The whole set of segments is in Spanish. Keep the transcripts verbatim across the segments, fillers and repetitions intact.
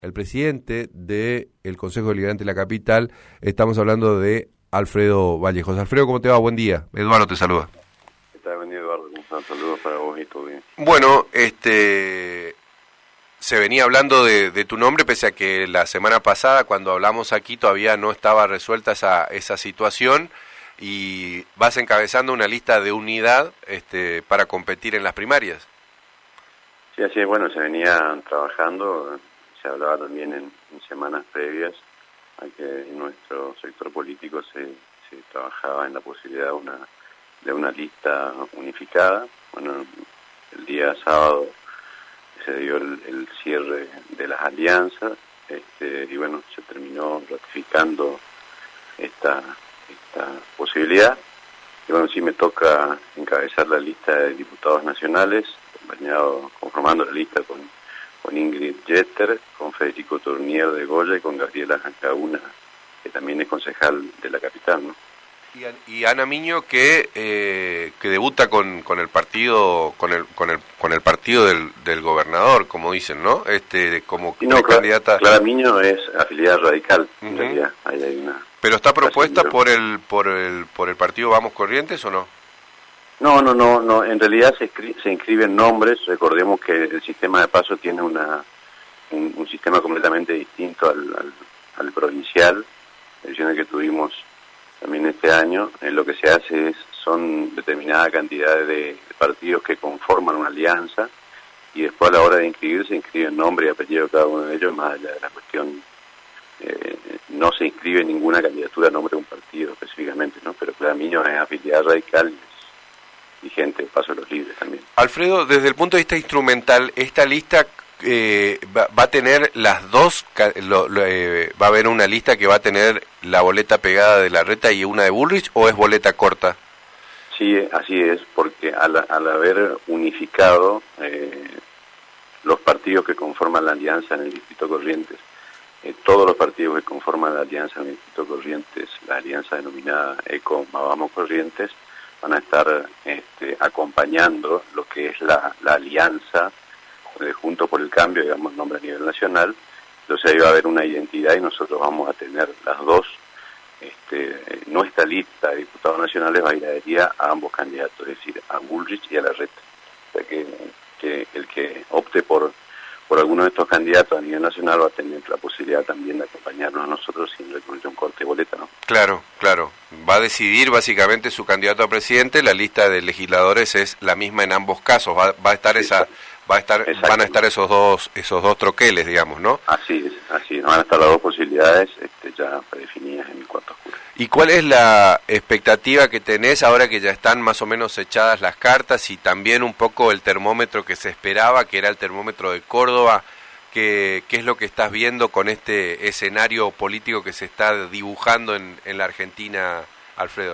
El presidente del Consejo Deliberante de la Capital, estamos hablando de Alfredo Vallejos. Alfredo, ¿cómo te va? Buen día. Eduardo te saluda. ¿Qué tal? Buen día, Eduardo. Un saludo para vos y todo bien. Bueno, este, se venía hablando de, de tu nombre, pese a que la semana pasada, cuando hablamos aquí, todavía no estaba resuelta esa, esa situación, y vas encabezando una lista de unidad este, para competir en las primarias. Sí, así es. Bueno, se venía trabajando. Se hablaba también en, en semanas previas a que en nuestro sector político se, se trabajaba en la posibilidad de una, de una lista unificada. Bueno, el día sábado se dio el, el cierre de las alianzas este, y bueno, se terminó ratificando esta, esta posibilidad. Y bueno, sí me toca encabezar la lista de diputados nacionales, acompañado, conformando la lista con con Ingrid Jeter, con Federico Tournier de Goya y con Gabriela Jancauna, que también es concejal de la capital, ¿no? Y, y Ana Miño, que eh, que debuta con, con el partido con el con el con el partido del, del gobernador, como dicen, ¿no? Este como y no, candidata. Clara Miño es afiliada radical, uh-huh. En realidad. Ahí hay una. Pero está propuesta por el por el por el partido Vamos Corrientes, ¿o no? No, no, no, no. En realidad se, se inscriben nombres. Recordemos que el sistema de paso tiene una un, un sistema completamente distinto al, al, al provincial, elecciones que tuvimos también este año. En lo que se hace es son determinada cantidad de partidos que conforman una alianza y después a la hora de inscribirse inscriben nombre y apellido de cada uno de ellos, más allá de la cuestión. Eh, no se inscribe ninguna candidatura a nombre de un partido específicamente, ¿no? Pero Clara Miño es afiliada radical y gente, paso de los libres también. Alfredo, desde el punto de vista instrumental, esta lista eh, va, va a tener las dos, lo, lo, eh, va a haber una lista que va a tener la boleta pegada de Larreta y una de Bullrich, ¿o es boleta corta? Sí, así es, porque al, al haber unificado eh, los partidos que conforman la alianza en el Distrito Corrientes, eh, todos los partidos que conforman la alianza en el Distrito Corrientes, la alianza denominada ECO Vamos Corrientes, van a estar este, acompañando lo que es la, la alianza eh, Juntos por el Cambio, digamos, nombre a nivel nacional. Entonces ahí va a haber una identidad y nosotros vamos a tener las dos. Este, nuestra lista de diputados nacionales va a ir adherida a ambos candidatos, es decir, a Bullrich y a Larreta. O sea que, que el que opte por, por alguno de estos candidatos a nivel nacional va a tener la posibilidad también de acompañarnos a nosotros sin recurrir a un corte de boleta, ¿no? Claro, claro. Va a decidir básicamente su candidato a presidente. La lista de legisladores es la misma en ambos casos. Va, va a estar sí, esa, va a estar, van a estar esos dos, esos dos troqueles, digamos, ¿no? Así es, así es. Van a estar las dos posibilidades este, ya predefinidas en el cuarto oscuro. ¿Y cuál es la expectativa que tenés ahora que ya están más o menos echadas las cartas y también un poco el termómetro que se esperaba, que era el termómetro de Córdoba? ¿Qué, qué es lo que estás viendo con este escenario político que se está dibujando en, en la Argentina, Alfredo?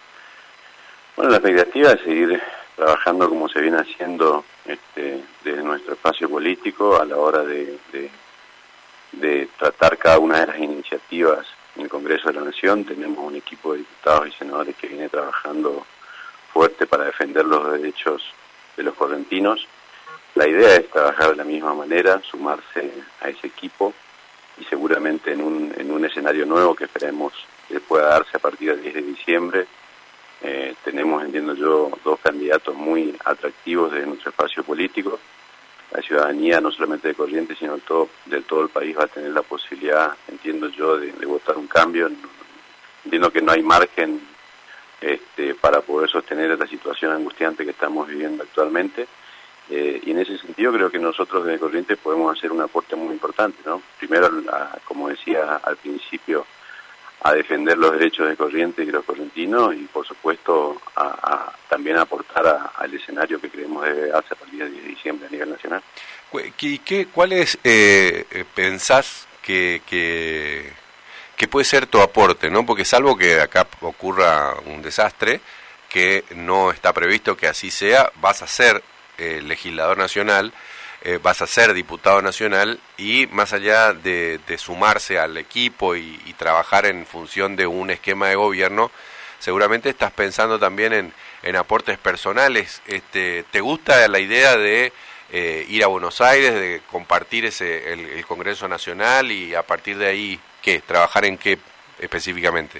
Bueno, la expectativa es seguir trabajando como se viene haciendo este, desde nuestro espacio político a la hora de, de, de tratar cada una de las iniciativas en el Congreso de la Nación. Tenemos un equipo de diputados y senadores que viene trabajando fuerte para defender los derechos de los correntinos. La idea es trabajar de la misma manera, sumarse a ese equipo y seguramente en un, en un escenario nuevo que esperemos que pueda darse a partir del diez de diciembre. Eh, tenemos, entiendo yo, dos candidatos muy atractivos de nuestro espacio político. La ciudadanía, no solamente de Corrientes, sino de todo, de todo el país, va a tener la posibilidad, entiendo yo, de, de votar un cambio. Entiendo que no hay margen este, para poder sostener la situación angustiante que estamos viviendo actualmente. Eh, y en ese sentido creo que nosotros desde Corrientes podemos hacer un aporte muy importante, ¿no? Primero, a, como decía al principio, a defender los derechos de Corrientes y los correntinos y por supuesto a, a también aportar a, al escenario que creemos debe darse a partir del diez de diciembre a nivel nacional. ¿Qué, qué, ¿Cuáles eh, pensás que, que, que puede ser tu aporte, ¿no? Porque salvo que acá ocurra un desastre, que no está previsto que así sea, vas a ser Eh, legislador nacional, eh, vas a ser diputado nacional y más allá de, de sumarse al equipo y, y trabajar en función de un esquema de gobierno, seguramente estás pensando también en, en aportes personales. Este, ¿te gusta la idea de eh, ir a Buenos Aires, de compartir ese el, el Congreso Nacional y a partir de ahí, ¿qué? ¿Trabajar en qué específicamente?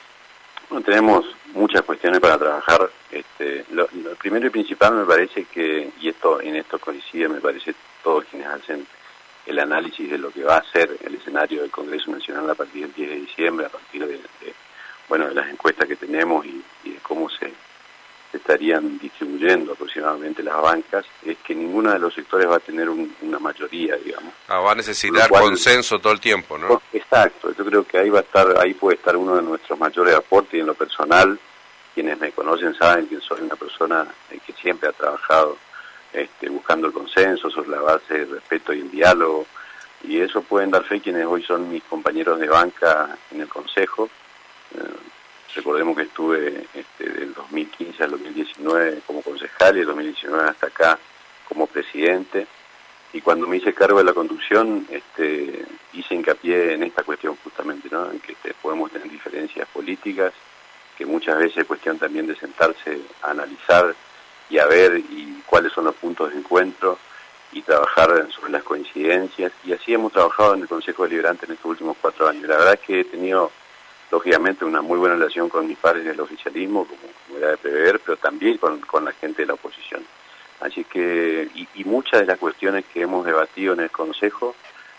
Bueno, tenemos muchas cuestiones para trabajar. Este, lo, lo primero y principal me parece que, y esto en esto coincide, me parece todos quienes hacen el análisis de lo que va a ser el escenario del Congreso Nacional a partir del diez de diciembre, a partir de, de bueno de las encuestas que tenemos y, y de cómo se, se estarían distribuyendo aproximadamente las bancas, es que ninguno de los sectores va a tener un, una mayoría, digamos. Ah, va a necesitar cual, consenso todo el tiempo, ¿no? Exacto, yo creo que ahí va a estar, ahí puede estar uno de nuestros mayores aportes, y en lo personal, quienes me conocen saben que soy una persona que siempre ha trabajado Este, buscando el consenso sobre la base del respeto y el diálogo, y eso pueden dar fe quienes hoy son mis compañeros de banca en el Consejo. Eh, recordemos que estuve este, del dos mil quince al dos mil diecinueve como concejal y del dos mil diecinueve hasta acá como presidente, y cuando me hice cargo de la conducción este, hice hincapié en esta cuestión justamente, ¿no? En que este, podemos tener diferencias políticas, que muchas veces es cuestión también de sentarse a analizar y a ver y cuáles son los puntos de encuentro y trabajar sobre las coincidencias, y así hemos trabajado en el Consejo Deliberante en estos últimos cuatro años. La verdad es que he tenido, lógicamente, una muy buena relación con mis pares del oficialismo, como, como era de prever, pero también con, con la gente de la oposición. Así que, y, y muchas de las cuestiones que hemos debatido en el Consejo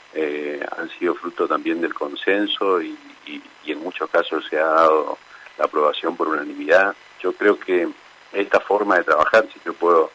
eh, han sido fruto también del consenso y, y, y en muchos casos se ha dado la aprobación por unanimidad. Yo creo que esta forma de trabajar, si yo puedo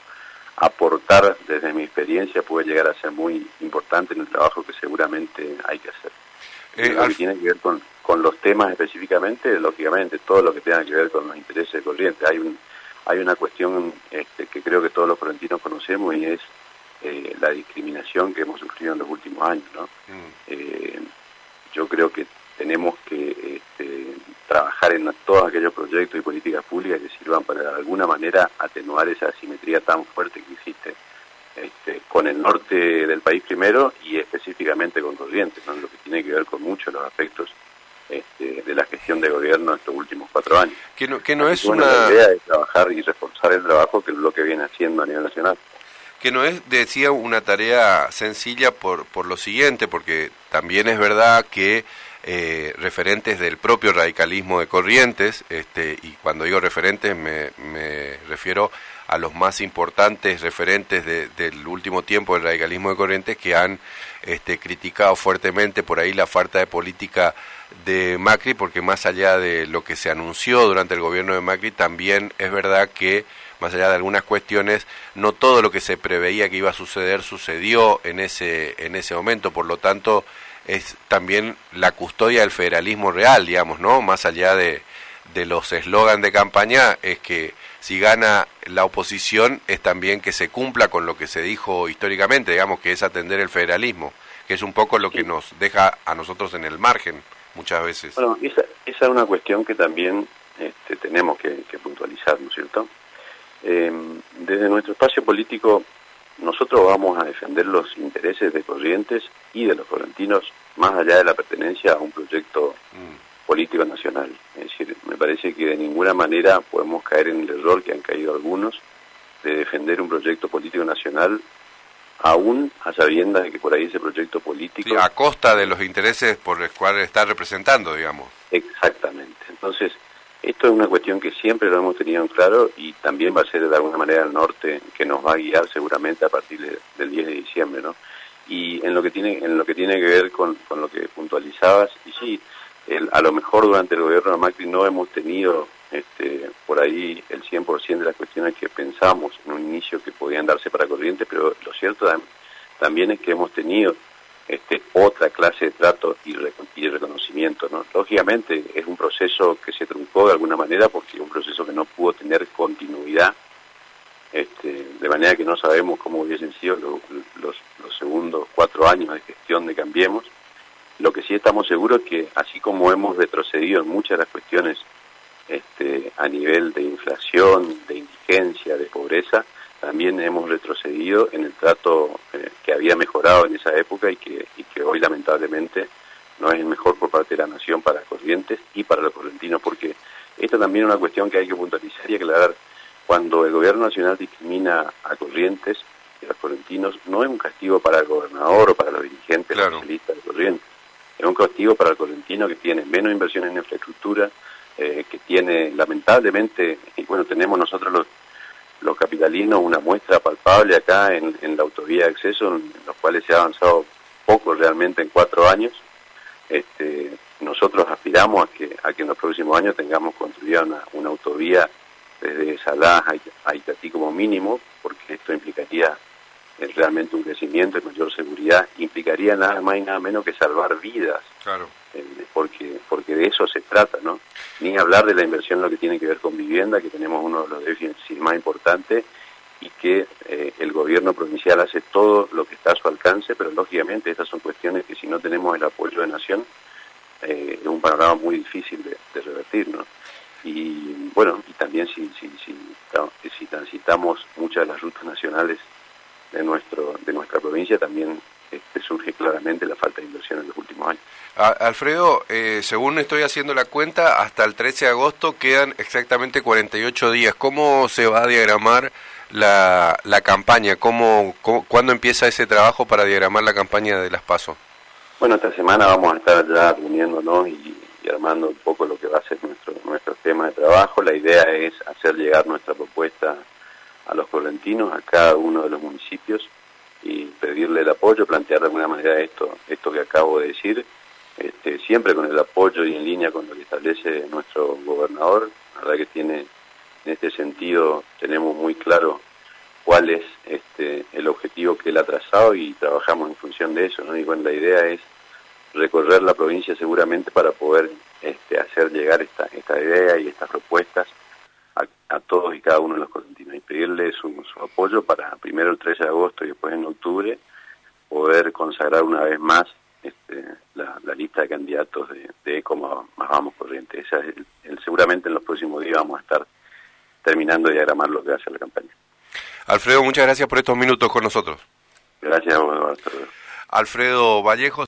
aportar desde mi experiencia, puede llegar a ser muy importante en el trabajo que seguramente hay que hacer. Eh, lo que tiene que ver con, con los temas específicamente, lógicamente, todo lo que tenga que ver con los intereses de Corrientes. Hay un hay una cuestión este, que creo que todos los correntinos conocemos, y es eh, la discriminación que hemos sufrido en los últimos años, ¿no? Mm. Eh, yo creo que tenemos que este, trabajar en todos aquellos proyectos y políticas públicas que sirvan para de alguna manera atenuar esa asimetría tan fuerte que existe este, con el norte del país primero y específicamente con Corrientes, ¿no? Lo que tiene que ver con muchos de los aspectos este, de la gestión de gobierno estos últimos cuatro años. Que no, que no es bueno, una... La idea es trabajar y reforzar el trabajo que es lo que viene haciendo a nivel nacional. Que no es, decía, una tarea sencilla por, por lo siguiente, porque también es verdad que Eh, referentes del propio radicalismo de Corrientes, este, y cuando digo referentes me, me refiero a los más importantes referentes de, del último tiempo del radicalismo de Corrientes, que han este, criticado fuertemente por ahí la falta de política de Macri, porque más allá de lo que se anunció durante el gobierno de Macri, también es verdad que más allá de algunas cuestiones, no todo lo que se preveía que iba a suceder sucedió en ese, en ese momento, por lo tanto es también la custodia del federalismo real, digamos, ¿no? Más allá de, de los eslogans de campaña, es que si gana la oposición es también que se cumpla con lo que se dijo históricamente, digamos, que es atender el federalismo, que es un poco lo que nos deja a nosotros en el margen muchas veces. Bueno, esa, esa es una cuestión que también este, tenemos que, que puntualizar, ¿no es cierto? Eh, desde nuestro espacio político nosotros vamos a defender los intereses de Corrientes y de los correntinos más allá de la pertenencia a un proyecto mm. político nacional. Es decir, me parece que de ninguna manera podemos caer en el error que han caído algunos de defender un proyecto político nacional aún a sabiendas de que por ahí ese proyecto político... Sí, a costa de los intereses por los cuales está representando, digamos. Exactamente. Entonces, esto es una cuestión que siempre lo hemos tenido en claro y también va a ser de alguna manera el norte que nos va a guiar seguramente a partir de, del diez de diciembre, ¿no? Y en lo que tiene en lo que tiene que ver con, con lo que puntualizabas, y sí, el, a lo mejor durante el gobierno de Macri no hemos tenido este, por ahí el cien por ciento de las cuestiones que pensamos en un inicio que podían darse para Corrientes, pero lo cierto también es que hemos tenido Este, otra clase de trato y, rec- y reconocimiento, ¿no? Lógicamente es un proceso que se truncó de alguna manera porque es un proceso que no pudo tener continuidad, este, de manera que no sabemos cómo hubiesen sido lo, los, los segundos cuatro años de gestión de Cambiemos. Lo que sí estamos seguros es que así como hemos retrocedido en muchas de las cuestiones este, a nivel de inflación, de indigencia, de pobreza, también hemos retrocedido en el trato eh, que había mejorado en esa época y que, y que hoy lamentablemente no es el mejor por parte de la nación para Corrientes y para los correntinos, porque esta también es una cuestión que hay que puntualizar y aclarar. Cuando el gobierno nacional discrimina a Corrientes, y los correntinos no es un castigo para el gobernador o para los dirigentes claro. socialistas de Corrientes, es un castigo para el correntino que tiene menos inversión en infraestructura, eh, que tiene lamentablemente, y bueno, tenemos nosotros los, los capitalinos una muestra palpable acá en, en la autovía de acceso, en los cuales se ha avanzado poco realmente en cuatro años. Este, nosotros aspiramos a que, a que en los próximos años tengamos construida una, una autovía desde Salas a Itatí como mínimo, porque esto implicaría eh, realmente un crecimiento y mayor seguridad, implicaría nada más y nada menos que salvar vidas, claro. eh, porque porque de eso se trata, ¿no? Ni hablar de la inversión en lo que tiene que ver con vivienda, que tenemos uno de los déficits más importantes, y que eh, el gobierno provincial hace todo lo que está a su alcance, pero lógicamente estas son cuestiones que si no tenemos el apoyo de Nación, eh, es un panorama muy difícil de, de revertir, ¿no? Y bueno, y también si, si, si, si transitamos muchas de las rutas nacionales de nuestro de nuestra provincia, también este, surge claramente la falta de inversión en los últimos años. A, Alfredo, eh, según estoy haciendo la cuenta, hasta el trece de agosto quedan exactamente cuarenta y ocho días. ¿Cómo se va a diagramar la, la campaña? ¿Cómo, cómo, ¿Cuándo empieza ese trabajo para diagramar la campaña de las PASO? Bueno, esta semana vamos a estar ya reuniéndonos y, y armando un poco lo que va a ser nuestro nuestro tema de trabajo. La idea es hacer llegar nuestra propuesta a los correntinos, a cada uno de los municipios, y pedirle el apoyo, plantear de alguna manera esto esto que acabo de decir, este, siempre con el apoyo y en línea con lo que establece nuestro gobernador. La verdad que tiene, en este sentido, tenemos muy claro cuál es este, el objetivo que él ha trazado y trabajamos en función de eso, ¿no? Y bueno, la idea es recorrer la provincia seguramente para poder este, hacer llegar esta, esta idea y estas propuestas a, a todos y cada uno de los correntinos y pedirle su, su apoyo para primero el trece de agosto y después en octubre poder consagrar una vez más este, la, la lista de candidatos de, de Eco Más Vamos Corrientes. Esa es el, el, seguramente en los próximos días vamos a estar terminando de diagramar lo que va a ser la campaña. Alfredo, muchas gracias por estos minutos con nosotros. Gracias a vos, Alfredo. Alfredo Vallejo.